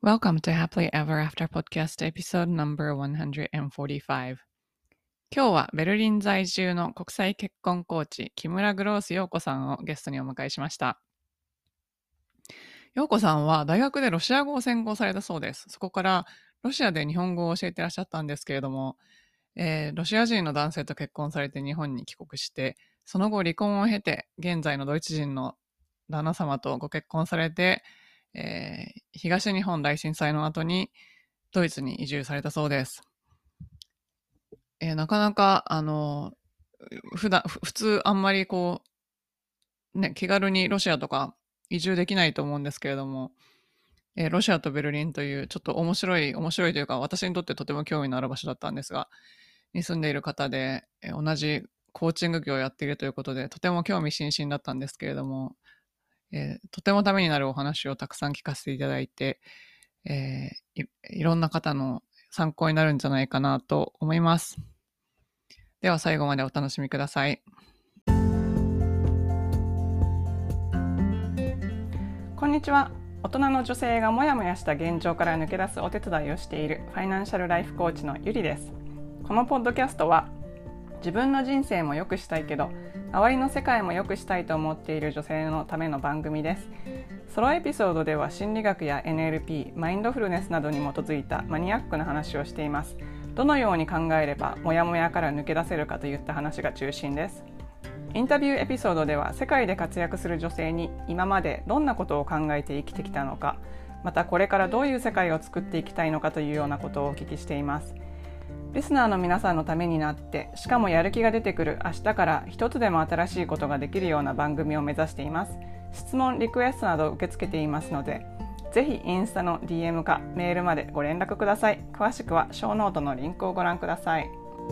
Welcome to Happily Ever After Podcast Episode No.145。今日はベルリン在住の国際結婚コーチ木村グロース陽子さんをゲストにお迎えしました。陽子さんは大学でロシア語を専攻されたそうです。そこからロシアで日本語を教えてらっしゃったんですけれども、ロシア人の男性と結婚されて日本に帰国して、その後離婚を経て現在のドイツ人の旦那様とご結婚されて、東日本大震災の後にドイツに移住されたそうです。なかなか普通あんまり気軽にロシアとか移住できないと思うんですけれども、ロシアとベルリンというちょっと面白いというか、私にとってとても興味のある場所だったんですが、に住んでいる方で、同じコーチング業をやっているということで、とても興味津々だったんですけれども、とてもためになるお話をたくさん聞かせていただいて、いろんな方の参考になるんじゃないかなと思います。では最後までお楽しみください。こんにちは。大人の女性がモヤモヤした現状から抜け出すお手伝いをしているファイナンシャルライフコーチのゆりです。このポッドキャストは自分の人生も良くしたいけど周りの世界も良くしたいと思っている女性のための番組です。ソロエピソードでは心理学や NLP、マインドフルネスなどに基づいたマニアックな話をしています。どのように考えればモヤモヤから抜け出せるかといった話が中心です。インタビューエピソードでは世界で活躍する女性に今までどんなことを考えて生きてきたのか、またこれからどういう世界を作っていきたいのかというようなことをお聞きしています。リスナーの皆さんのためになって、しかもやる気が出てくる明日から一つでも新しいことができるような番組を目指しています。質問、リクエストなど受け付けていますので、ぜひインスタの DM かメールまでご連絡ください。詳しくはショーノートのリンクをご覧ください。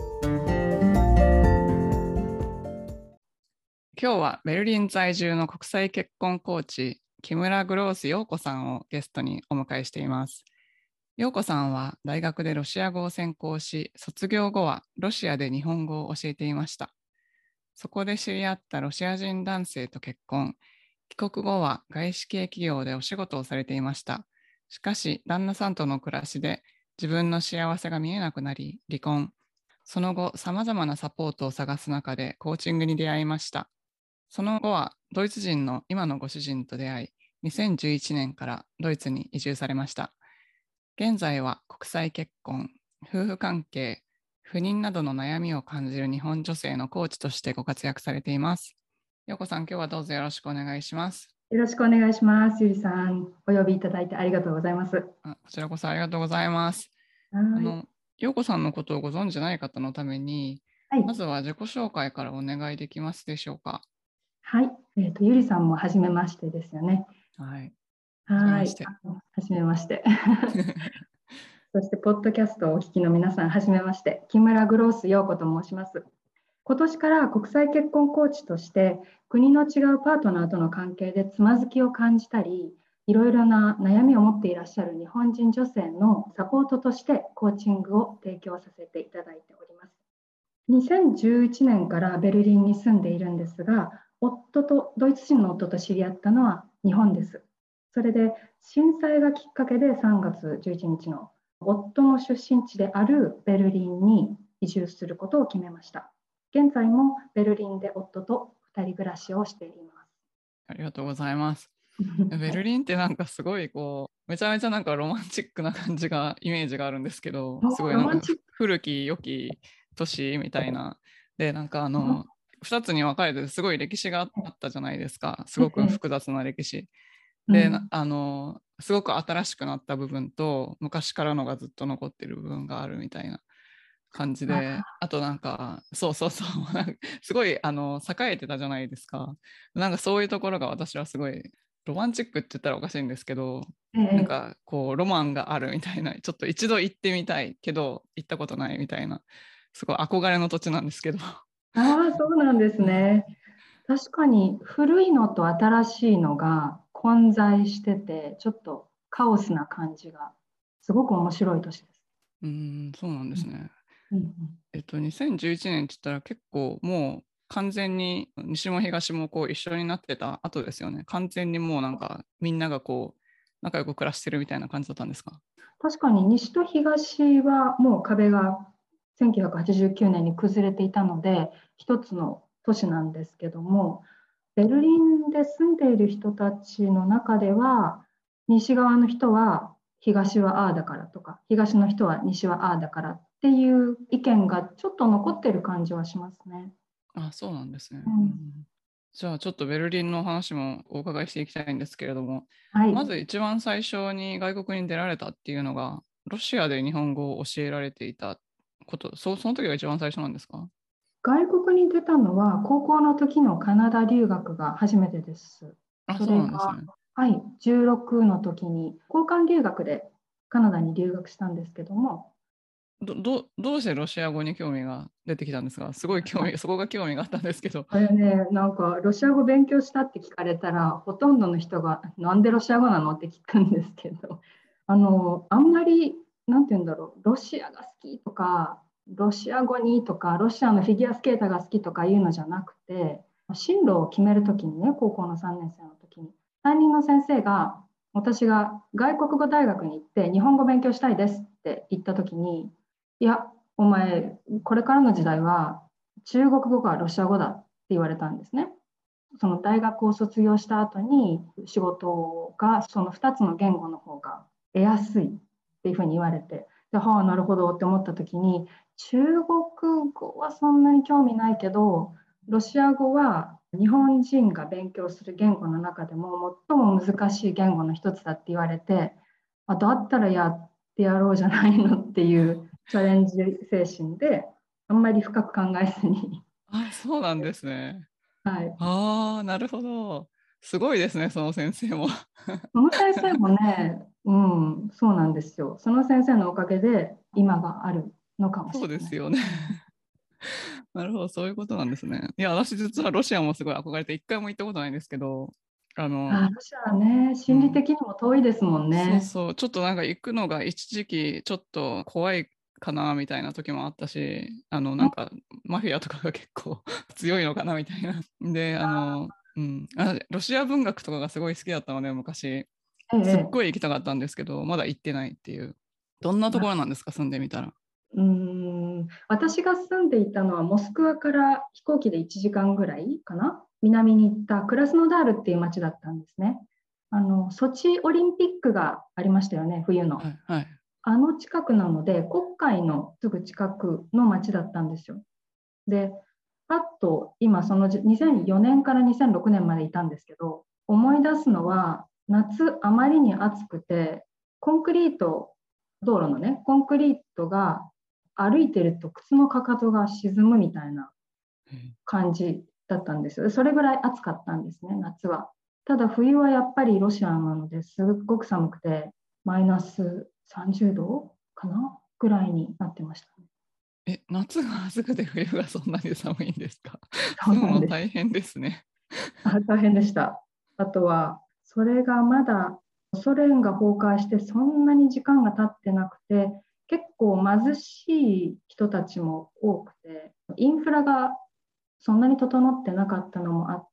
今日はベルリン在住の国際結婚コーチ木村グロース陽子さんをゲストにお迎えしています。陽子さんは大学でロシア語を専攻し、卒業後はロシアで日本語を教えていました。そこで知り合ったロシア人男性と結婚。帰国後は外資系企業でお仕事をされていました。しかし、旦那さんとの暮らしで自分の幸せが見えなくなり、離婚。その後、さまざまなサポートを探す中でコーチングに出会いました。その後はドイツ人の今のご主人と出会い、2011年からドイツに移住されました。現在は国際結婚、夫婦関係、不妊などの悩みを感じる日本女性のコーチとしてご活躍されています。陽子さん、今日はどうぞよろしくお願いします。 よろしくお願いします。ゆりさん、お呼びいただいてありがとうございます。 こちらこそありがとうございます。陽子さんのことをご存じない方のために、 はい、 まずは自己紹介からお願いできますでしょうか。 はい、ゆりさんも初めましてですよね。 はい。 はい、初めまして。そして、ポッドキャストをお聞きの皆さん、初めまして。木村グロース陽子と申します。今年から国際結婚コーチとして、国の違うパートナーとの関係でつまずきを感じたり、いろいろな悩みを持っていらっしゃる日本人女性のサポートとしてコーチングを提供させていただいております。2011年からベルリンに住んでいるんですが、ドイツ人の夫と知り合ったのは日本です。それで震災がきっかけで3月11日の夫の出身地であるベルリンに移住することを決めました。現在もベルリンで夫と2人暮らしをしています。 ありがとうございます。ベルリンってなんかすごいめちゃめちゃなんかロマンチックな感じがイメージがあるんですけど、すごいなんか古き良き都市みたいな。で、なんか2つに分かれてすごい歴史があったじゃないですか。すごく複雑な歴史。で、すごく新しくなった部分と昔からのがずっと残ってる部分があるみたいな感じで、あとなんかそうすごい栄えてたじゃないですか。なんかそういうところが私はすごいロマンチックって言ったらおかしいんですけど、なんかロマンがあるみたいな、ちょっと一度行ってみたいけど行ったことないみたいな、すごい憧れの土地なんですけど。 そうなんですね。確かに古いのと新しいのが混在してて、ちょっとカオスな感じがすごく面白い年です。 そうなんですね。2011年って言ったら結構もう完全に西も東も一緒になってた後ですよね。完全にもうなんかみんなが仲良く暮らしてるみたいな感じだったんですか？ 確かに西と東はもう壁が1989年に崩れていたので、一つの都市なんですけども、ベルリンで住んでいる人たちの中では、西側の人は東はああだからとか、東の人は西はああだからっていう意見がちょっと残ってる感じはしますね。 あ、そうなんですね。 うん、 じゃあちょっとベルリンの話もお伺いしていきたいんですけれども、 はい。 まず一番最初に外国に出られたっていうのが、ロシアで日本語を教えられていたこと、その時が一番最初なんですか？ 外国に出たのは高校の時のカナダ留学が初めてです。 あ、 そそうれが、 なんですね。 はい、16の時に交換留学でカナダに留学したんですけども、 どうしてロシア語に興味が出てきたんですか？すごいそこが興味があったんですけど。 これね、なんかロシア語勉強したって聞かれたら、ほとんどの人がなんでロシア語なのって聞くんですけど、あんまり、なんて言うんだろう、ロシアが好きとか、ロシア語にとか、ロシアのフィギュアスケーターが好きとかいうのじゃなくて、進路を決めるときにね、高校の3年生の時に、担任の先生が、私が外国語大学に行って日本語勉強したいですって言ったときに、いや、お前、これからの時代は中国語かロシア語だって言われたんですね。その大学を卒業した後に仕事がその2つの言語の方が得やすいっていうふうに言われて、で、はあ、なるほどって思った時に、中国語はそんなに興味ないけど、ロシア語は日本人が勉強する言語の中でも最も難しい言語の一つだって言われて、あ、だったらやってやろうじゃないのっていうチャレンジ精神で、あんまり深く考えずに、 あ、そうなんですね。 はい。 ああ、なるほど。すごいですね、その先生も。 その先生もね、うん、そうなんですよ。その先生のおかげで今があるのかもそうしれない。 ですよね。なるほど、そういうことなんですね。いや、私実はロシアもすごい憧れて、一回も行ったことないんですけど、あの、 あ、ロシアはね、心理うん、 的にも遠いですもんね。 そうそう、ちょっとなんか行くのが一時期ちょっと怖いかなみたいな時もあったし、なうん、 んかマフィアとかが結構強いのかなみたいな。で、ロシア文学とかがすごい好きだったので、昔、 えすっえ、 ごい行きたかったんですけど、まだ行ってないっていう。どんなところなんですか、住んでみたら。 私が住んでいたのはモスクワから飛行機で1時間ぐらいかな、南に行ったクラスノダールっていう町だったんですね。ソチオリンピックがありましたよね、冬の。 はい、はい。 あの近くなので、黒海のすぐ近くの町だったんですよ。で、パッと今、その2004年から2006年までいたんですけど、思い出すのは、夏あまりに暑くて、コンクリート、道路のね、コンクリートが歩いてると靴のかかとが沈むみたいな感じだったんですよ。それぐらい暑かったんですね、夏は。ただ冬はやっぱりロシアなのですっごく寒くて、マイナス30度かなぐらいになってましたね。 夏が暑くて冬がそんなに寒いんですか？ そう住むなんです。 の大変ですね。 大変でした。あとは、それがまだソ連が崩壊してそんなに時間が経ってなくて、結構貧しい人たちも多くて、インフラがそんなに整ってなかったのもあって、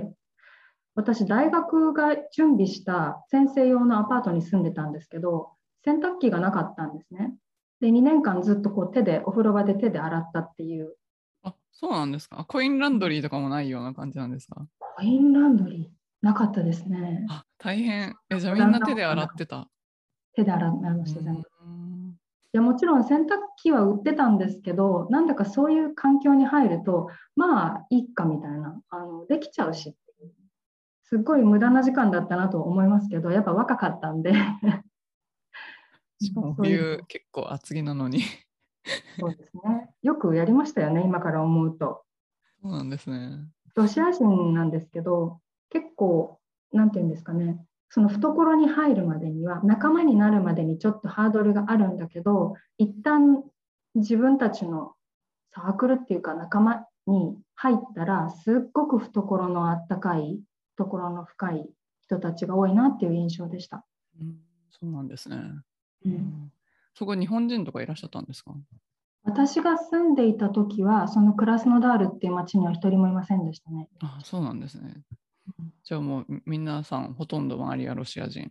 私、大学が準備した先生用のアパートに住んでたんですけど、洗濯機がなかったんですね。で、2年間ずっとこうお風呂場で手で洗ったっていう。 あ、そうなんですか。コインランドリーとかもないような感じなんですか？ コインランドリーなかったですね。 あ、大変。じゃあみんモダンなな手でものがなかった。 洗ってた。 手で洗いまうーした、全部。 ん。 いや、もちろん洗濯機は売ってたんですけど、なんだかそういう環境に入ると、まあいいかみたいな、できちゃうし、すっごい無駄な時間だったなと思いますけど、やっぱ若かったんで、 しかもそういう冬の、 結構厚着なのに。 そうですね。よくやりましたよね、今から思うと。 そうなんですね。 ロシア人なんですけど、結構、なんていうんですかね、その懐に入るまでには、仲間になるまでにちょっとハードルがあるんだけど、一旦自分たちのサークルっていうか仲間に入ったら、すっごく懐のあったかい、懐の深い人たちが多いなっていう印象でした。 うん、そうなんですね。 うん、 うん、そこ日本人とかいらっしゃったんですか？ 私が住んでいた時は、そのクラスノダールっていう町には一人もいませんでしたね。 あ、そうなんですね。じゃあもう皆さんほとんど周りはロシア人。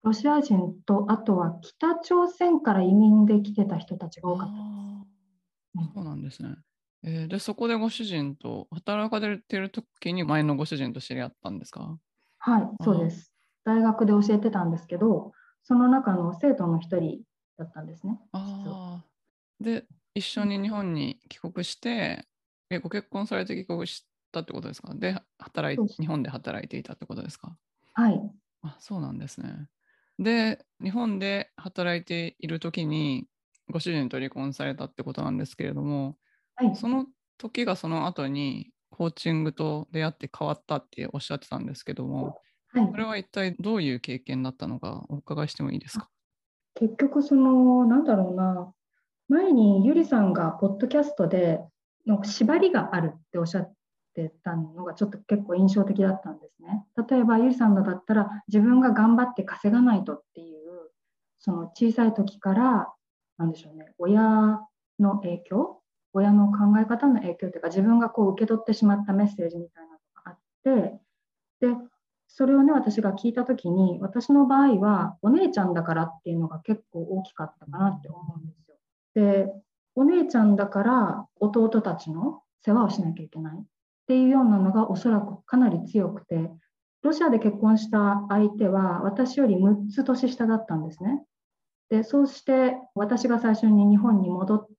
ロシア人と、あとは北朝鮮から移民で来てた人たちが多かったです。 そうなんですね。で、そこでご主人と働かれてる時に前のご主人と知り合ったんですか？ はい、そうです。大学で教えてたんですけど、その中の生徒の一人だったんですね、実は。 ああ。で、一緒に日本に帰国して、ご結婚されて帰国したってことですか？で、 そう日本で働いていたってことですか？ はい、 あ、そうなんですね。で、日本で働いている時に、ご主人と離婚されたってことなんですけれども、 はい、 その時がその後にコーチングと出会って変わったっておっしゃってたんですけども、 はい。 それは一体どういう経験だったのかお伺いしてもいいですか？ 結局、なんだろうな、前にゆりさんがポッドキャストで、なんか縛りがあるっておっしゃってたのがちょっと結構印象的だったんですね。例えばゆりさんのだったら自分が頑張って稼がないとっていう、その小さい時から、なんでしょうね、の影響、親の考え方の影響というか、自分がこう受け取ってしまったメッセージみたいなのがあって、で、それをね、私が聞いたときに、私の場合は、お姉ちゃんだからっていうのが結構大きかったかなって思うんですよ。で、お姉ちゃんだから弟たちの世話をしなきゃいけないっていうようなのがおそらくかなり強くて、ロシアで結婚した相手は私より6つ年下だったんですね。で、そうして私が最初に日本に戻って、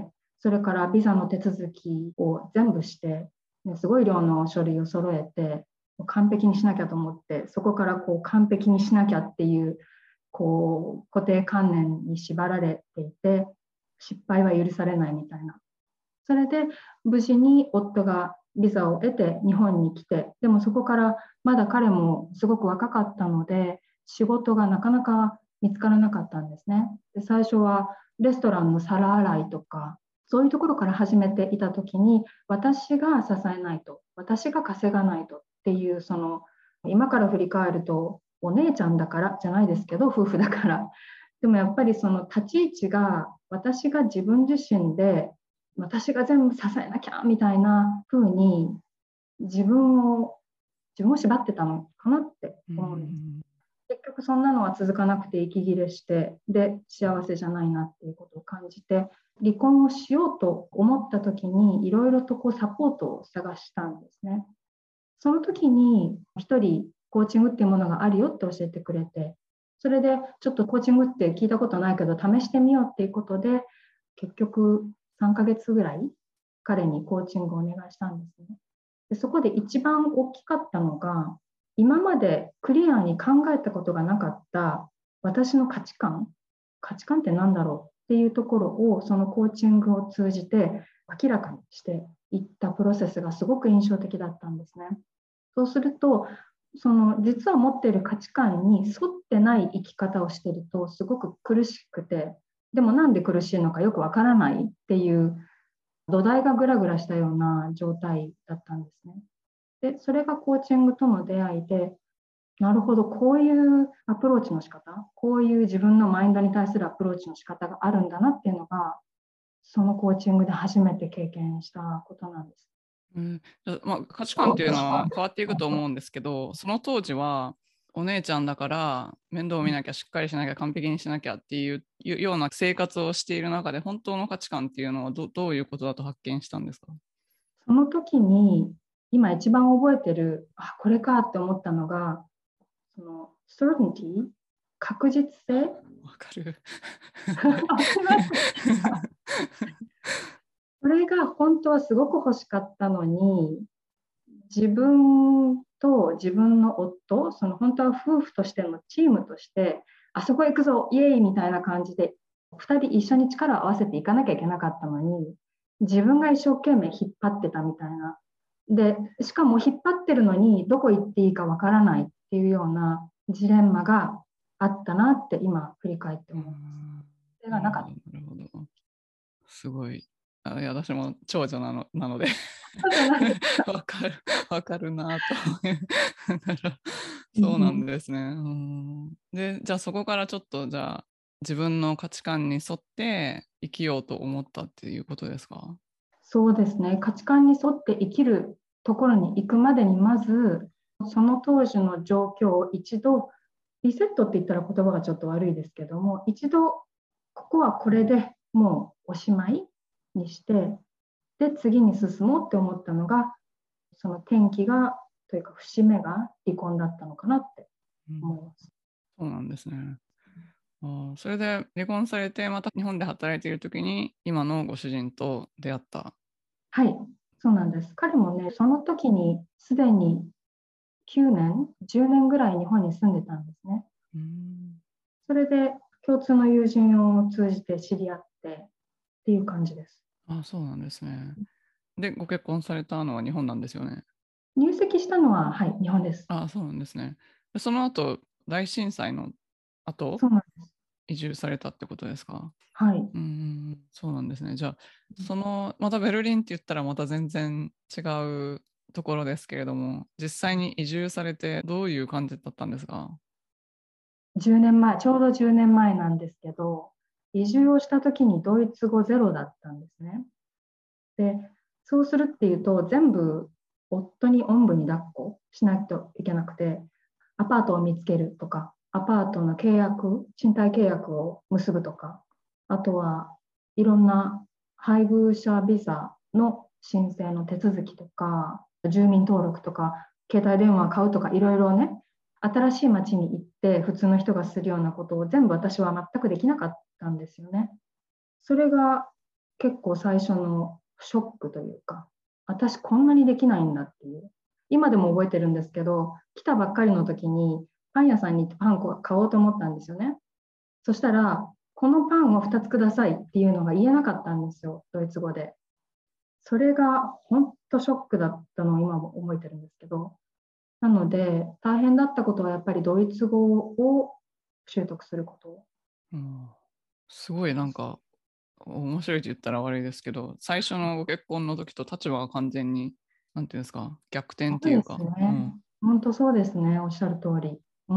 それからビザの手続きを全部して、ね、すごい量の書類を揃えて、完璧にしなきゃと思って、そこからこう完璧にしなきゃっていう、こう固定観念に縛られていて、失敗は許されないみたいな。それで無事に夫がビザを得て日本に来て、でもそこからまだ彼もすごく若かったので、仕事がなかなか見つからなかったんですね。で、最初はレストランの皿洗いとか、そういうところから始めていた時に、私が支えないと、私が稼がないとっていう、今から振り返ると、お姉ちゃんだからじゃないですけど、夫婦だから。でもやっぱりその立ち位置が、私が自分自身で私が全部支えなきゃみたいな風に自分を自分を縛ってたのかなって思うんです。結局そんなのは続かなくて息切れして、で幸せじゃないなっていうことを感じて、離婚をしようと思った時にいろいろとこうサポートを探したんですね。その時に一人コーチングっていうものがあるよって教えてくれて、それでちょっとコーチングって聞いたことないけど試してみようっていうことで、結局3ヶ月ぐらい彼にコーチングをお願いしたんですね。でそこで一番大きかったのが、今までクリアに考えたことがなかった私の価値観って何だろうっていうところを、そのコーチングを通じて明らかにしていったプロセスがすごく印象的だったんですね。そうすると、実は持っている価値観に沿ってない生き方をしているとすごく苦しくて、でもなんで苦しいのかよくわからないっていう土台がぐらぐらしたような状態だったんですね。で、それがコーチングとの出会いで、なるほど、こういうアプローチの仕方、こういう自分のマインドに対するアプローチの仕方があるんだなっていうのが、そのコーチングで初めて経験したことなんです。 価値観っていうのは変わっていくと思うんですけど、その当時はお姉ちゃんだから面倒を見なきゃ、しっかりしなきゃ、完璧にしなきゃっていうような生活をしている中で、本当の価値観っていうのはどういうことだと発見したんですか？ その時に、今一番覚えてる、あ、これかって思ったのが、certainty、確実性。 わかる。 わかります。それが本当はすごく欲しかったのに、自分と自分の夫、本当は夫婦としてのチームとして、あそこ行くぞ、イエーイみたいな感じで、2人一緒に力を合わせていかなきゃいけなかったのに、自分が一生懸命引っ張ってたみたいな。で、しかも引っ張ってるのに、どこ行っていいかわからないっていうようなジレンマがあったなって今振り返って思います。それがなかった。 なるほど。すごい。いや、私も長女なのでそうじゃないですか。 わかるなとそうなうんうん、 んですね。で、じゃあそこからちょっと、じゃあ自分の価値観に沿って生きようと思ったっていうことですか？ そうですね。価値観に沿って生きるところに行くまでに、まず、その当時の状況を一度リセットって言ったら言葉がちょっと悪いですけども、一度ここはこれでもうおしまいにして、で次に進もうって思ったのが、その転機がというか節目が離婚だったのかなって思います。 そうなんですね。それで離婚されてまた日本で働いている時に今のご主人と出会った。 はい、そうなんです。彼もね、その時にすでに9年、10年ぐらい日本に住んでたんですね。それで共通の友人を通じて知り合ってっていう感じです。 そうなんですね。で、ご結婚されたのは日本なんですよね。 入籍したのは、はい、日本です。 そうなんですね。でその後、大震災の後、 そうなんです。 移住されたってことですか？ はい。 そうなんですね。じゃあ、またベルリンって言ったらまた全然違うところですけれども、実際に移住されてどういう感じだったんですか 10年前、ちょうど10年前なんですけど、移住をした時にドイツ語ゼロだったんですね。で、そうするっていうと、全部夫におんぶに抱っこしないといけなくて、アパートを見つけるとか、アパートの契約、賃貸契約を結ぶとか、あとはいろんな配偶者ビザの申請の手続きとか、住民登録とか、携帯電話を買うとか、いろいろね、新しい町に行って普通の人がするようなことを全部私は全くできなかったんですよね。それが結構最初のショックというか、私こんなにできないんだっていう。今でも覚えてるんですけど、来たばっかりの時にパン屋さんに行ってパンを買おうと思ったんですよね。そしたら、このパンを2つくださいっていうのが言えなかったんですよ、ドイツ語で。それが本当ショックだったのを今も覚えてるんですけど、なので大変だったことはやっぱりドイツ語を習得すること。 うん、すごいなんか面白いって言ったら悪いですけど、最初のご結婚の時と立場が完全に、なんていうんですか、逆転っていうか。 そうですね。本当そうですね。おっしゃる通り。うん。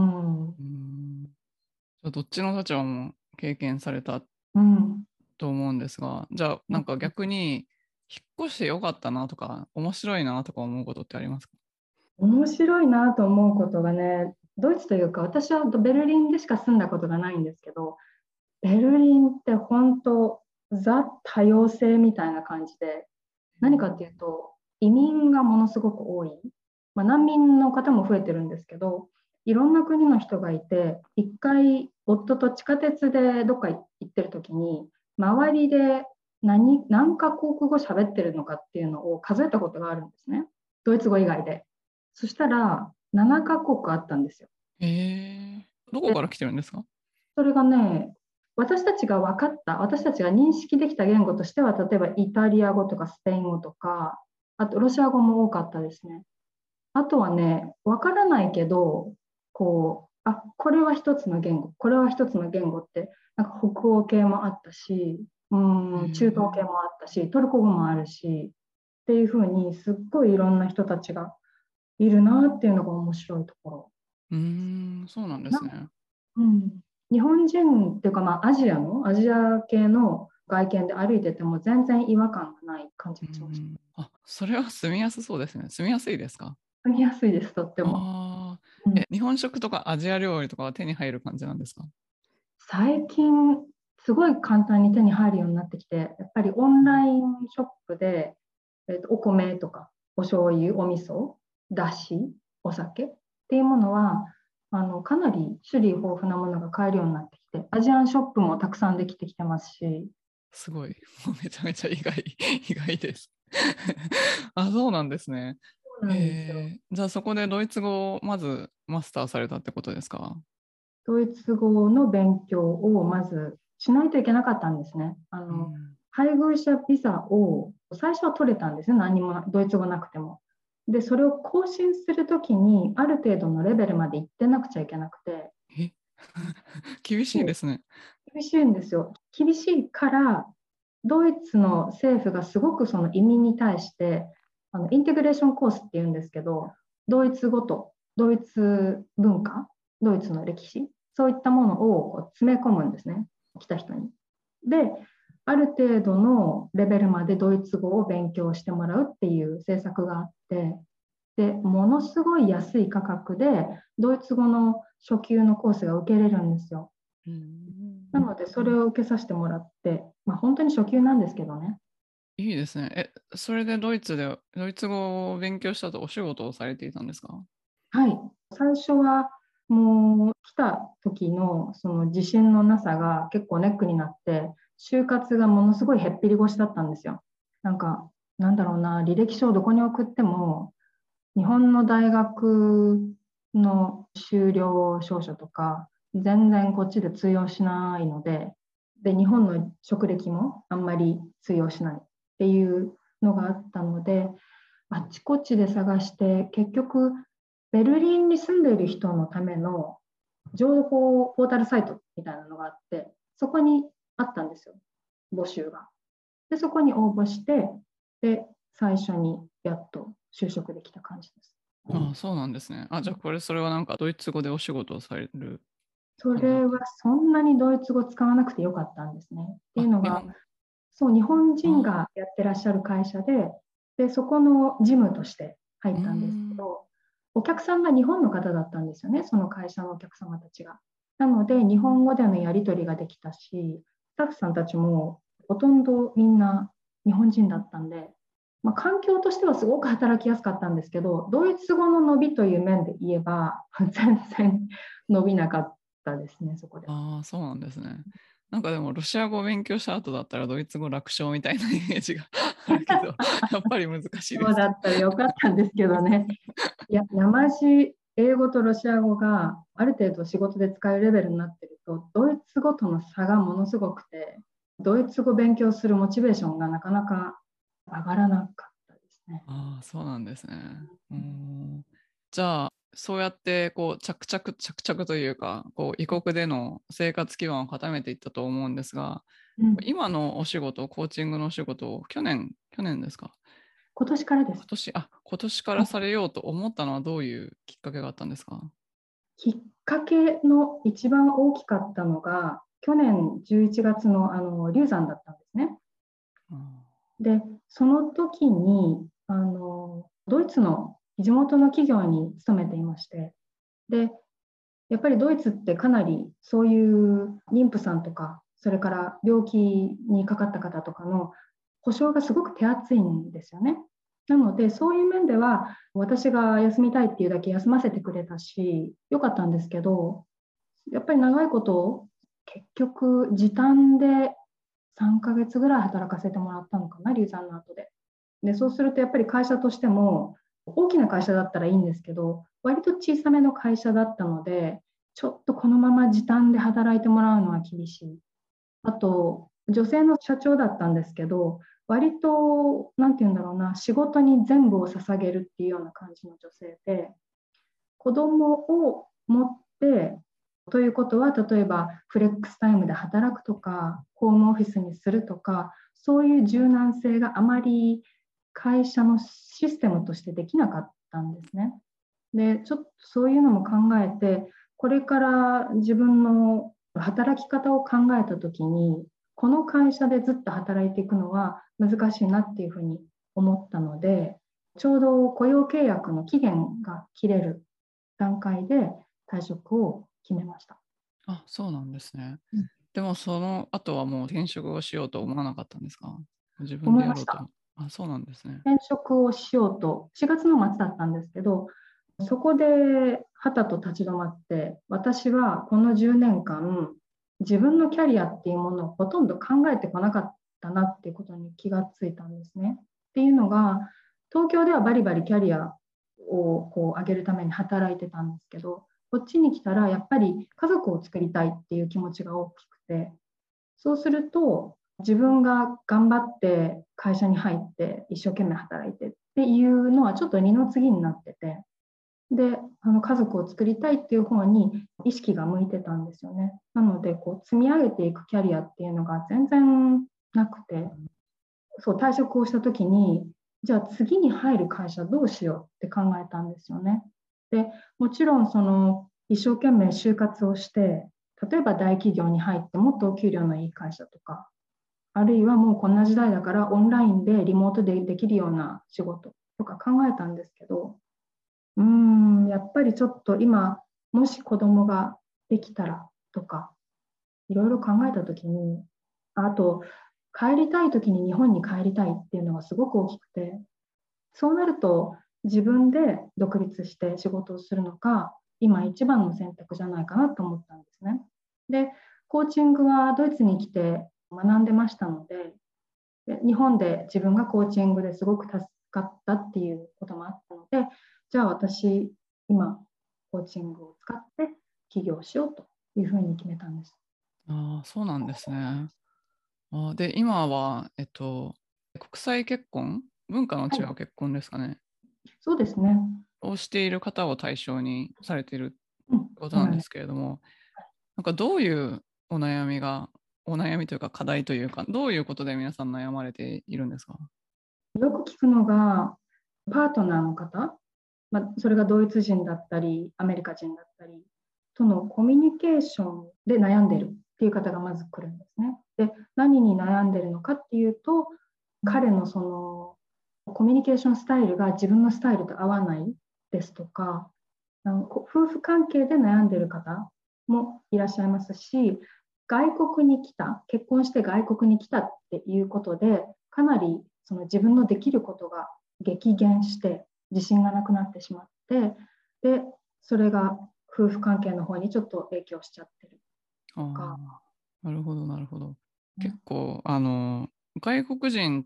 じゃあどっちの立場も経験されたうん。 と思うんですが、じゃあなんか逆に引っ越してよかったなとか、面白いなとか思うことってありますか？ 面白いなと思うことがね、ドイツというか、私はベルリンでしか住んだことがないんですけど、ベルリンって本当、ザ多様性みたいな感じで、何かっていうと、移民がものすごく多い。難民の方も増えてるんですけど、いろんな国の人がいて、一回夫と地下鉄でどっか行ってる時に、周りで何カ国語喋ってるのかっていうのを数えたことがあるんですね。ドイツ語以外で。そしたら7カ国あったんですよ。 どこから来てるんですか？ それがね、私たちが分かった、私たちが認識できた言語としては、例えばイタリア語とかスペイン語とか、あとロシア語も多かったですね。あとはね、分からないけど、これは一つの言語、これは一つの言語って、なんか北欧系もあったし、中東系もあったし、トルコ語もあるし、っていうふうに、すっごいいろんな人たちがいるなっていうのが面白いところ。 そうなんですなね。 うん、日本人っていうか、アジア系の外見で歩いてても全然違和感がない感じがしました。 それは住みやすそうですね。住みやすいですか？ 住みやすいです、とっても。 日本食とかアジア料理とかは手に入る感じなんですか？ 最近、すごい簡単に手に入るようになってきて、やっぱりオンラインショップで、お米とか、お醤油、お味噌、だし、お酒っていうものは、かなり種類豊富なものが買えるようになってきて、アジアンショップもたくさんできてきてますし、 すごい。もうめちゃめちゃ意外です。そうなんですね。 そうなんですよ。 じゃあそこでドイツ語をまずマスターされたってことですか？ ドイツ語の勉強をまずしないといけなかったんですね。配偶者ビザを最初は取れたんですね。何もドイツ語なくても。で、それを更新するときに、ある程度のレベルまで行ってなくちゃいけなくて、 え厳しいですね。 厳しいんですよ。厳しいから、ドイツの政府がすごくその移民に対して、インテグレーションコースっていうんですけど、ドイツ語とドイツ文化、ドイツの歴史、そういったものを詰め込むんですね、来た人に。で、ある程度のレベルまでドイツ語を勉強してもらうっていう政策があって、 でものすごい安い価格でドイツ語の初級のコースが受けれるんですよ。なのでそれを受けさせてもらって、本当に初級なんですけどね。 いいですね。それでドイツ語を勉強したとお仕事をされていたんですか？ はい、最初はもう来た時のその自信のなさが結構ネックになって、就活がものすごいへっぴり腰だったんですよ。なんだろうな、履歴書をどこに送っても日本の大学の修了証書とか全然こっちで通用しないので、日本の職歴もあんまり通用しないっていうのがあったので、あっちこっちで探して、結局ベルリンに住んでいる人のための情報ポータルサイトみたいなのがあって、そこにあったんですよ、募集が。でそこに応募して、で最初にやっと就職できた感じです。 ああ、そうなんですね。じゃあそれはなんかドイツ語でお仕事をされるそ感じだった？ れはそんなにドイツ語使わなくてよかったんですね。っていうのが、 日本。 そう、日本人がやってらっしゃる会社でそこの事務として入ったんですけど、お客さんが日本の方だったんですよね、その会社のお客様たちが。なので、日本語でのやり取りができたし、スタッフさんたちもほとんどみんな日本人だったんで、環境としてはすごく働きやすかったんですけど、ドイツ語の伸びという面で言えば、全然伸びなかったですね、そこでは。 ああ、そうなんですね。なんかでもロシア語を勉強した後だったらドイツ語楽勝みたいなイメージがあるけど、やっぱり難しいですか？ そうだったらよかったんですけどね。いや、やまし英語とロシア語がある程度仕事で使えるレベルになってると、ドイツ語との差がものすごくて、ドイツ語勉強するモチベーションがなかなか上がらなかったですね。 ああ、そうなんですね。じゃあ、そうやってこう着々というか、こう異国での生活基盤を固めていったと思うんですが、 うん、 今のお仕事、コーチングのお仕事を去年ですか？ 今年からです。 今年からされようと思ったのはどういうきっかけがあったんですか？ きっかけの一番大きかったのが、去年11月の流産だったんですね。で、その時にドイツの地元の企業に勤めていまして、でやっぱりドイツってかなりそういう妊婦さんとか、それから病気にかかった方とかの保障がすごく手厚いんですよね。なので、そういう面では私が休みたいっていうだけ休ませてくれたし、よかったんですけど、やっぱり長いこと結局時短で3ヶ月ぐらい働かせてもらったのかな、流産の後で。そうするとやっぱり会社としても、大きな会社だったらいいんですけど、割と小さめの会社だったので、ちょっとこのまま時短で働いてもらうのは厳しい。あと、女性の社長だったんですけど、割と、なんて言うんだろうな、仕事に全部を捧げるっていうような感じの女性で、子供を持ってということは、例えばフレックスタイムで働くとか、ホームオフィスにするとか、そういう柔軟性があまり会社のシステムとしてできなかったんですね。で、ちょっとそういうのも考えて、これから自分の働き方を考えたときに、この会社でずっと働いていくのは難しいなっていうふうに思ったので、ちょうど雇用契約の期限が切れる段階で退職を決めました。 あ、そうなんですね。 うん、 でもその後はもう転職をしようと思わなかったんですか？自分思いました。 でやろうと。あ、そうなんですね。 転職をしようと、4月の末だったんですけど、そこではたと立ち止まって、私はこの10年間、自分のキャリアっていうものをほとんど考えてこなかったなっていうことに気がついたんですね。っていうのが、東京ではバリバリキャリアをこう上げるために働いてたんですけど、こっちに来たらやっぱり家族を作りたいっていう気持ちが大きくて、そうすると自分が頑張って会社に入って一生懸命働いてっていうのはちょっと二の次になってて、で家族を作りたいっていう方に意識が向いてたんですよね。なのでこう積み上げていくキャリアっていうのが全然なくて、そう退職をした時に、じゃあ次に入る会社どうしようって考えたんですよね。でもちろんその一生懸命就活をして、例えば大企業に入ってもっとお給料のいい会社とか、あるいはもうこんな時代だからオンラインでリモートでできるような仕事とか考えたんですけど、 やっぱりちょっと今、もし子供ができたらとか、いろいろ考えたときに、あと、帰りたいときに日本に帰りたいっていうのがすごく大きくて、そうなると自分で独立して仕事をするのが今一番の選択じゃないかなと思ったんですね。で、コーチングはドイツに来て学んでましたので、日本で自分がコーチングですごく助かったっていうこともあったので、じゃあ私今コーチングを使って起業しようというふうに決めたんです。 ああ、そうなんですね。で、今は、国際結婚、文化のはい、 違う結婚ですかね、 そうですね。 をしている方を対象にされているうん、 ことそうなんです。 なんですけれども、なんかどういうお悩みというか課題というか、どういうことで皆さん悩まれているんですか？ よく聞くのが、パートナーの方、それがドイツ人だったり、アメリカ人だったり、とのコミュニケーションで悩んでるっていう方がまず来るんですね。で、何に悩んでるのかっていうと、彼のそのコミュニケーションスタイルが自分のスタイルと合わないですとか、夫婦関係で悩んでる方もいらっしゃいますし、外国に来た、結婚して外国に来たっていうことで、かなりその自分のできることが激減して自信がなくなってしまって、でそれが夫婦関係の方にちょっと影響しちゃってるあとか、 あ、なるほど、なるほど。結ね。 構、外国人って、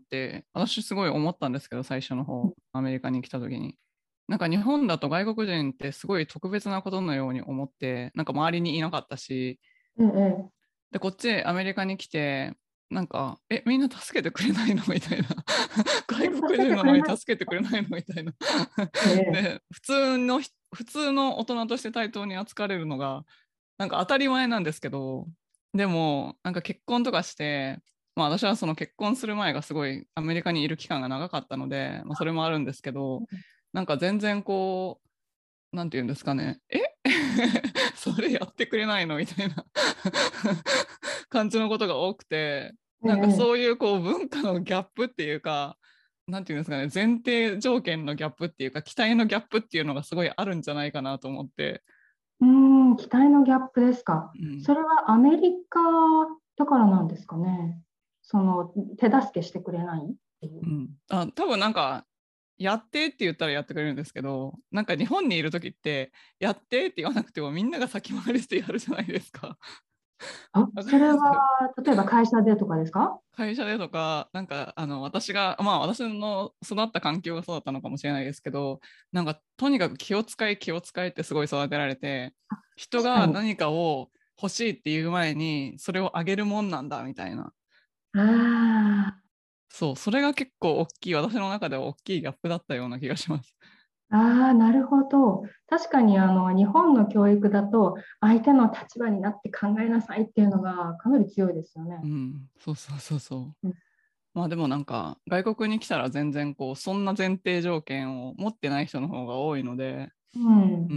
私すごい思ったんですけど、最初の方、アメリカに来た時に。なんか日本だと外国人ってすごい特別なことのように思って、なんか周りにいなかったし、 ええ、 で、こっちアメリカに来て、なんか、みんな助けてくれないのみたいな。外国助け人なのにてくれない。 助けてくれないのみたいな。 ええ、 で、普通の大人として対等に扱われるのが、なんか当たり前なんですけど、でも、なんか結婚とかして、まあ私はその結婚する前がすごいアメリカにいる期間が長かったので、まあそれもあるんですけど、なんか全然こう、なんて言うんですかね、それやってくれないのみたいな感じのことが多くて、 えなんかえ、 そういうこう文化のギャップっていうか、なんていうんですかね、前提条件のギャップっていうか、期待のギャップっていうのがすごいあるんじゃないかなと思って。 期待のギャップですか。 うん。 それはアメリカだからなんですかね。その手助けしてくれないっていう。 うん。多分なんか、やってって言ったらやってくれるんですけど、なんか日本にいる時って、やってって言わなくてもみんなが先回りしてやるじゃないですか。 あ、 わかそれはります？ 例えば会社でとかですか？ 会社でとか、なんか、私の育った環境がそうだったのかもしれないですけど、なんか、とにかく気を使えってすごい育てられて、人確かに。 が何かを欲しいっていう前に、それをあげるもんなんだ、みたいな。 あそう、それが結構大きい、私の中では大きいギャップだったような気がします。 なるほど。確かに日本の教育だと相手の立場になって考えなさいっていうのがかなり強いですよね。 うん、そうそうそうそう。 うん。 まあでもなんか、外国に来たら全然こう、そんな前提条件を持ってない人の方が多いので、 うん。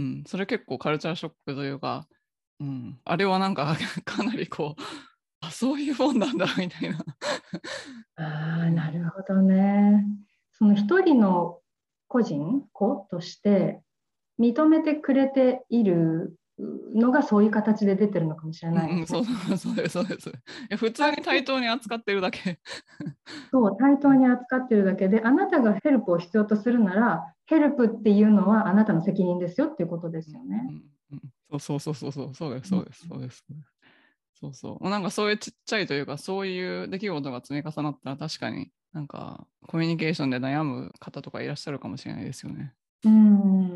うん、それ結構カルチャーショックというか、うん、あれはなんかかなりこう、そういうもんなんだみたいな。うん、 なるほどね。その一人の子として認めてくれているのがそういう形で出てるのかもしれないうん、 ですね。 そうです、そうです。普通に助け対等に扱ってるだけ。 そう対等に扱ってるだけで、あなたがヘルプを必要とするなら、ヘルプっていうのはあなたの責任ですよっていうことでうん、 すよね。 うん、うん、そうです、 うん。 そうです。そうそう。なんかそういうちっちゃいというか、そういう出来事が積み重なったら確かになんかコミュニケーションで悩む方とかいらっしゃるかもしれないですよね。 うん、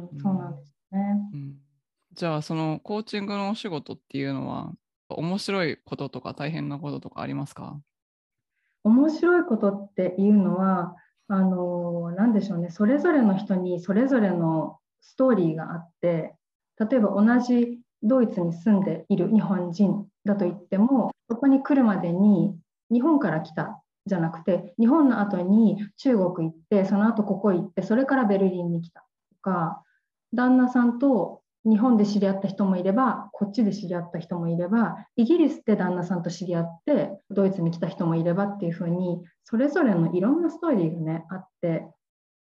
うそうなんでん。 すね。 うん。じゃあ、そのコーチングのお仕事っていうのは、面白いこととか大変なこととかありますか？ 面白いことっていうのは、なんでしょうね、それぞれの人にそれぞれのストーリーがあって、例えば同じドイツに住んでいる日本人だと言っても、そこに来るまでに日本から来たじゃなくて、日本の後に中国行って、その後ここ行って、それからベルリンに来たとか、旦那さんと日本で知り合った人もいれば、こっちで知り合った人もいれば、イギリスで旦那さんと知り合ってドイツに来た人もいればっていうふうに、それぞれのいろんなストーリーがねあって、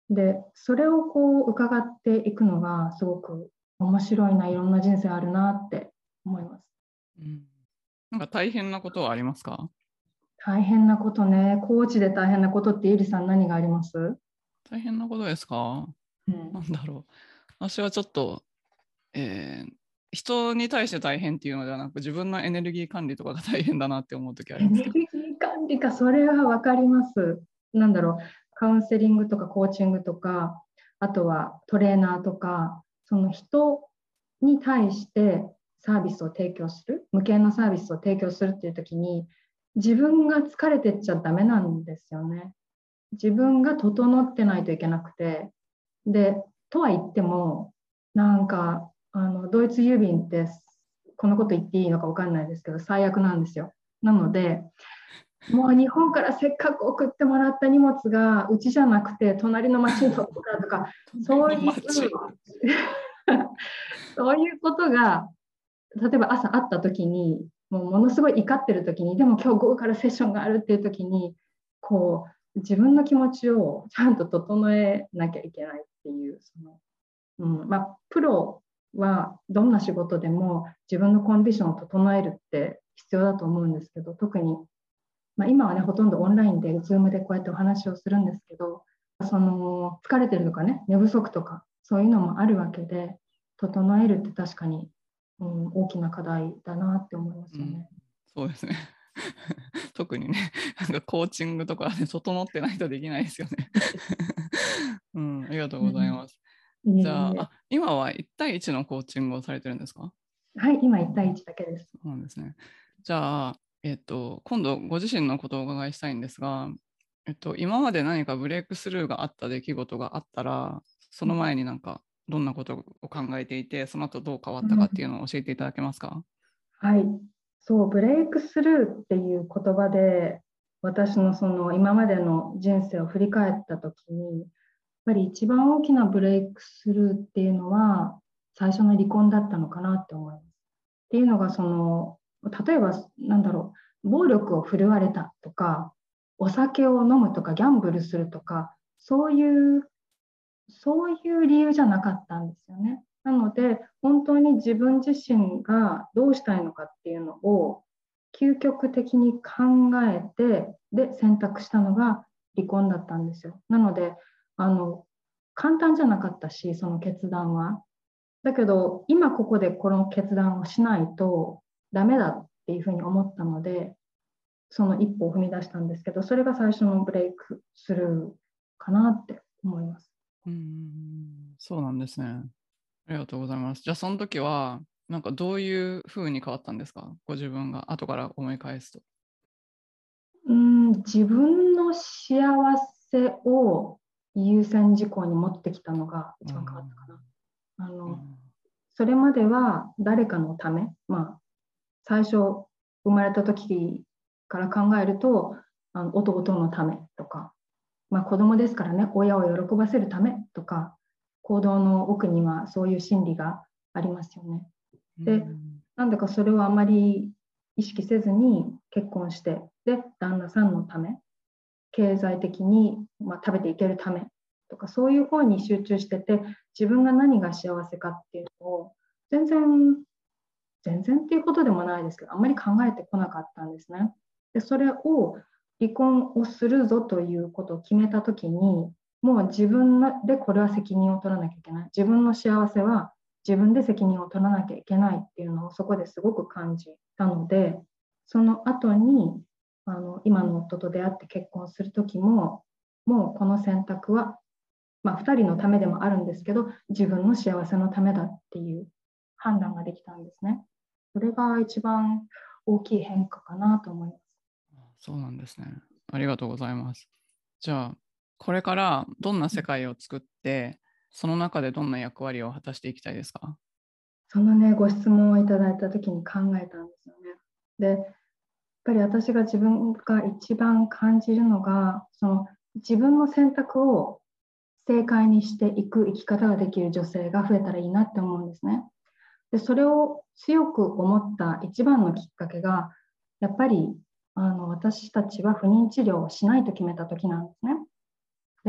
で、それをこう伺っていくのがすごく面白いな、いろんな人生あるなって思います。 うん、なんか大変なことはありますか？ 大変なことね。コーチで大変なことってゆりさん何があります？ 大変なことですか？ うん、 なんだろう。私はちょっと、人に対して大変っていうのではなく、自分のエネルギー管理とかが大変だなって思うときありますけど。 エネルギー管理か、それは分かります。なんだろう、カウンセリングとかコーチングとか、あとはトレーナーとか、その人に対してサービスを提供する、無形のサービスを提供するっていう時に、自分が疲れてっちゃダメなんですよね。自分が整ってないといけなくて、で、とは言っても、なんか、ドイツ郵便って、このこと言っていいのか分かんないですけど、最悪なんですよ。なので、もう日本からせっかく送ってもらった荷物がうちじゃなくて隣の町に届くからとか、そういうそういうことが、例えば朝会った時に、もうものすごい怒ってる時に、でも今日午後からセッションがあるっていう時に、こう自分の気持ちをちゃんと整えなきゃいけないっていう、プロはどんな仕事でも自分のコンディションを整えるって必要だと思うんですけど、特に今はね、ほとんどオンラインで、Zoom でこうやってお話をするんですけど、その疲れてるとかね、寝不足とか、そういうのもあるわけで、整えるって確かに、大きな課題だなって思いますよね。 そうですね。特にね、なんかコーチングとかで整ってないとできないですよね。ありがとうございます。 いえじゃあ、 いえ。 今は1対1のコーチングをされてるんですか？ はい、今1対1だけです。 そうなんですね。じゃあ、今度ご自身のことをお伺いしたいんですが、今まで何かブレイクスルーがあった出来事があったら、その前になんかどんなことを考えていて、その後どう変わったかっていうのを教えていただけますか？ はい、そう、ブレイクスルーっていう言葉で、私のその今までの人生を振り返ったときに、やっぱり一番大きなブレイクスルーっていうのは、最初の離婚だったのかなって思います。っていうのが、例えば、暴力を振るわれたとか、お酒を飲むとか、ギャンブルするとか、そういう理由じゃなかったんですよね。なので、本当に自分自身がどうしたいのかっていうのを究極的に考えて、で、選択したのが離婚だったんですよ。なので、簡単じゃなかったし、その決断は。だけど、今ここでこの決断をしないとダメだっていうふうに思ったので、その一歩を踏み出したんですけど、それが最初のブレイクスルーかなって思います。 そうなんですね。ありがとうございます。じゃあ、その時は、なんかどういうふうに変わったんですか？ご自分が後から思い返すと。 自分の幸せを優先事項に持ってきたのが一番変わったかな。それまでは誰かのため、最初生まれた時から考えると、弟のためとか、子供ですからね、親を喜ばせるためとか、行動の奥にはそういう心理がありますよね。で、なんだかそれをあまり意識せずに結婚して、で、旦那さんのため、経済的に、食べていけるためとか、そういう方に集中してて、自分が何が幸せかっていうのを全然っていうことでもないですけど、あんまり考えてこなかったんですね。で、それを離婚をするぞということを決めたときに、もう自分でこれは責任を取らなきゃいけない。自分の幸せは自分で責任を取らなきゃいけないっていうのをそこですごく感じたので、その後に今の夫と出会って結婚する時も、もうこの選択は、2人のためでもあるんですけど、自分の幸せのためだっていう判断ができたんですね。それが一番大きい変化かなと思います。 そうなんですね。ありがとうございます。じゃあ、これからどんな世界を作って、その中でどんな役割を果たしていきたいですか？ そのね、ご質問をいただいた時に考えたんですよね。で、やっぱり私が自分が一番感じるのが、その自分の選択を正解にしていく生き方ができる女性が増えたらいいなって思うんですね。で、それを強く思った一番のきっかけが、やっぱり私たちは不妊治療をしないと決めた時なんですね。で、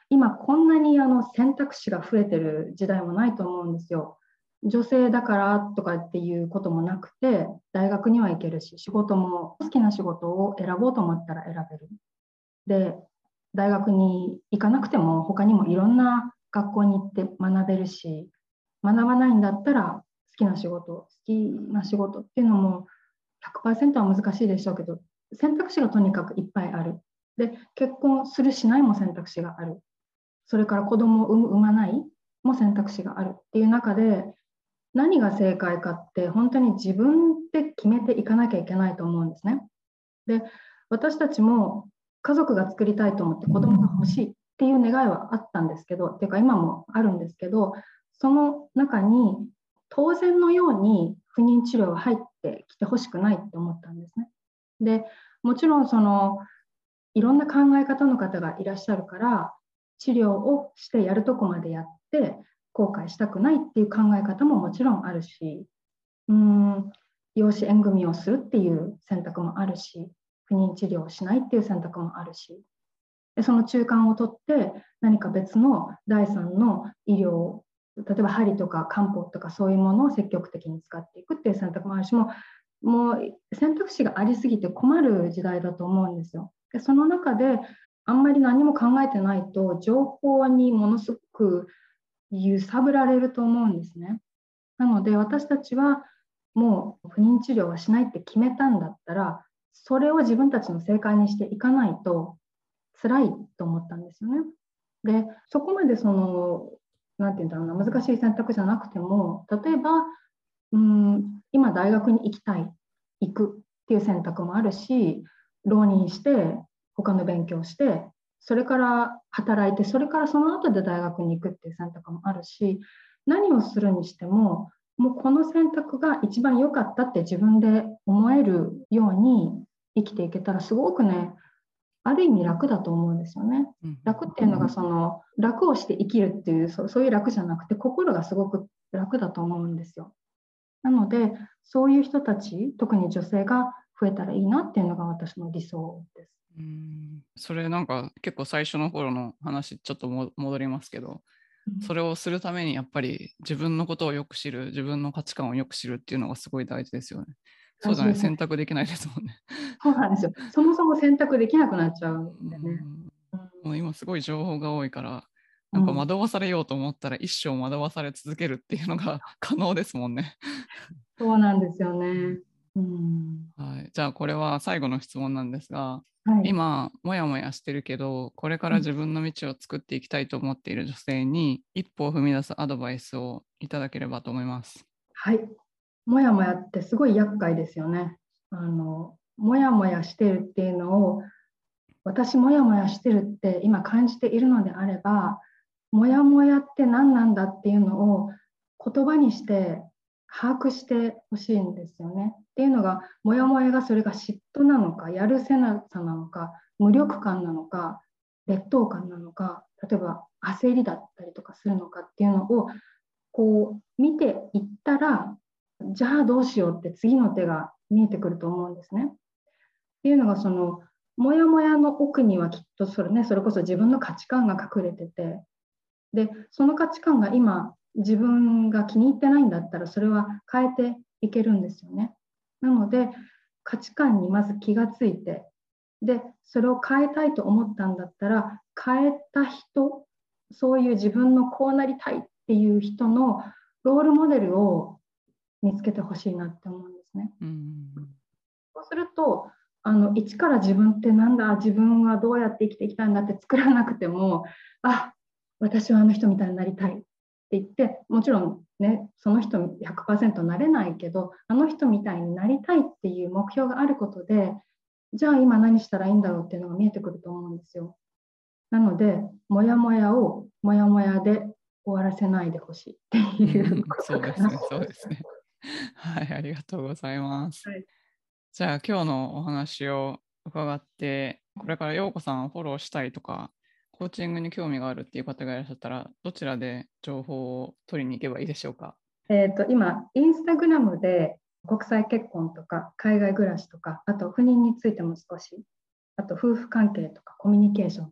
今こんなに選択肢が増えてる時代もないと思うんですよ。女性だからとかっていうこともなくて、大学には行けるし、仕事も好きな仕事を選ぼうと思ったら選べる。で、大学に行かなくても他にもいろんな学校に行って学べるし、学ばないんだったら好きな仕事っていうのも100% は難しいでしょうけど、選択肢がとにかくいっぱいある。で、結婚するしないも選択肢がある。それから子供を産まないも選択肢があるっていう中で、何が正解かって本当に自分で決めていかなきゃいけないと思うんですね。で、私たちも家族が作りたいと思って子供が欲しいっていう願いはあったんですけど、っていうか今もあるんですけど、その中に当然のように不妊治療が入ってきてほしくないって思ったんですね。で、もちろんいろんな考え方の方がいらっしゃるから、治療をしてやるとこまでやって後悔したくないっていう考え方ももちろんあるし、養子縁組をするっていう選択もあるし、不妊治療をしないっていう選択もあるし、でその中間を取って何か別の第三の医療、例えば針とか漢方とかそういうものを積極的に使っていくっていう選択もあるし、もう選択肢がありすぎて困る時代だと思うんですよ。でその中であんまり何も考えてないと情報にものすごく揺さぶられると思うんですね。なので私たちはもう不妊治療はしないって決めたんだったら、それを自分たちの正解にしていかないと辛いと思ったんですよね。で、そこまでなんていうんだろうな、難しい選択じゃなくても、例えば今大学に行くっていう選択もあるし、浪人して他の勉強してそれから働いて、それからその後で大学に行くっていう選択もあるし、何をするにしてももうこの選択が一番良かったって自分で思えるように生きていけたらすごくね、ある意味楽だと思うんですよね。楽っていうのが楽をして生きるっていうそういう楽じゃなくて、心がすごく楽だと思うんですよ。なのでそういう人たち、特に女性が増えたらいいなっていうのが私の理想です。 それなんか結構最初の頃の話ちょっと戻りますけど、それをするためにやっぱり自分のことをよく知る、自分の価値観をよく知るっていうのがすごい大事ですよね。そうじゃない、選択できないですもんね。 そうなんですよ。そもそも選択できなくなっちゃうんでね。 もう今すごい情報が多いから、なんか惑わされようと思ったら一生惑わされ続けるっていうのが可能ですもんね。 そうなんですよね。 はい、じゃあこれは最後の質問なんですが、 はい、 今もやもやしてるけどこれから自分の道を作っていきたいと思っている女性に一歩を踏み出すアドバイスをいただければと思います。 はい。もやもやってすごい厄介ですよね。もやもやしてるっていうのを、私もやもやしてるって今感じているのであれば、もやもやって何なんだっていうのを言葉にして把握してほしいんですよね。っていうのが、もやもやがそれが嫉妬なのか、やるせなさなのか、無力感なのか、劣等感なのか、例えば焦りだったりとかするのかっていうのをこう見ていったら、じゃあどうしようって次の手が見えてくると思うんですね。っていうのがもやもやの奥にはきっとそれこそ自分の価値観が隠れてて、でその価値観が今自分が気に入ってないんだったらそれは変えていけるんですよね。なので価値観にまず気がついて、でそれを変えたいと思ったんだったら、変えた人、そういう自分のこうなりたいっていう人のロールモデルを見つけてほしいなって思うんですね。そうすると一から自分ってなんだ、自分はどうやって生きてきたんだって作らなくても、私はあの人みたいになりたいって言って、もちろんね、その人 100% なれないけど、あの人みたいになりたいっていう目標があることで、じゃあ今何したらいいんだろうっていうのが見えてくると思うんですよ。なので、もやもやをもやもやで終わらせないでほしいっていうことかな。 そうですね。はい、ありがとうございます。 はい、 じゃあ今日のお話を伺って、これから陽子さんをフォローしたいとか、コーチングに興味があるっていう方がいらっしゃったら、どちらで情報を取りに行けばいいでしょうか。 今、インスタグラムで国際結婚とか海外暮らしとか、あと不妊についても少し、あと夫婦関係とかコミュニケーションとか、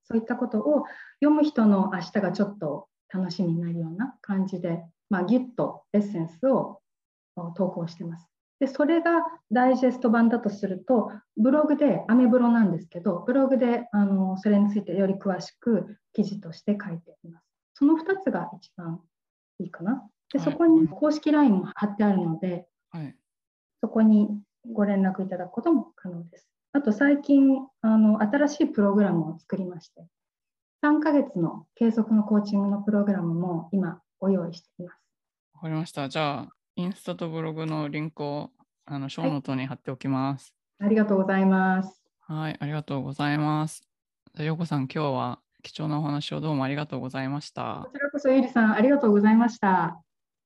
そういったことを読む人の明日がちょっと楽しみになるような感じで、ギュッとエッセンスを投稿してます。で、それがダイジェスト版だとすると、ブログで、アメブロなんですけど、ブログでそれについてより詳しく記事として書いています。その2つが一番いいかな。で、そこに公式 LINE も貼ってあるので、そこにご連絡いただくことも可能です。あと最近新しいプログラムを作りまして、3ヶ月の継続のコーチングのプログラムも今ご用意しています。 わかりました。じゃあ、インスタとブログのリンクをショーノートに貼っておきます。 ありがとうございます。 はい、ありがとうございます。ようこさん、今日は貴重なお話をどうもありがとうございました。 こちらこそゆりさん、ありがとうございました。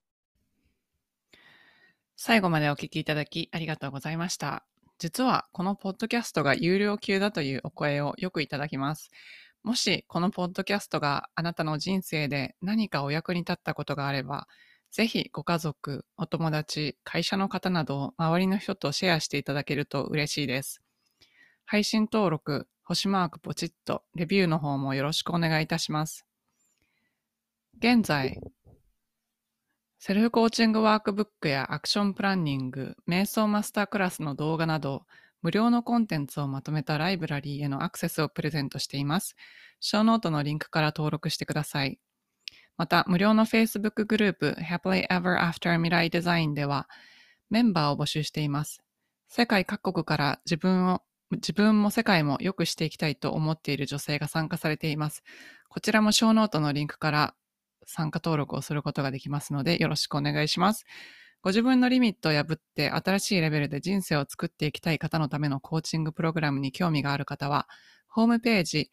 最後までお聞きいただきありがとうございました。実はこのポッドキャストが有料級だというお声をよくいただきます。もしこのポッドキャストがあなたの人生で何かお役に立ったことがあれば、ぜひご家族、お友達、会社の方など周りの人とシェアしていただけると嬉しいです。配信登録、星マークポチッと、レビューの方もよろしくお願いいたします。現在、セルフコーチングワークブックやアクションプランニング、瞑想マスタークラスの動画など、無料のコンテンツをまとめたライブラリーへのアクセスをプレゼントしています。ショーノートのリンクから登録してください。また、無料の Facebook グループ Happily Ever After 未来デザインでは、メンバーを募集しています。世界各国から自分も世界も良くしていきたいと思っている女性が参加されています。こちらもショーノートのリンクから参加登録をすることができますので、よろしくお願いします。ご自分のリミットを破って新しいレベルで人生を作っていきたい方のためのコーチングプログラムに興味がある方は、ホームページ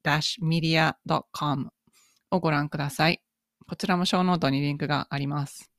www.yuri-media.com をご覧ください。こちらもショーノートにリンクがあります。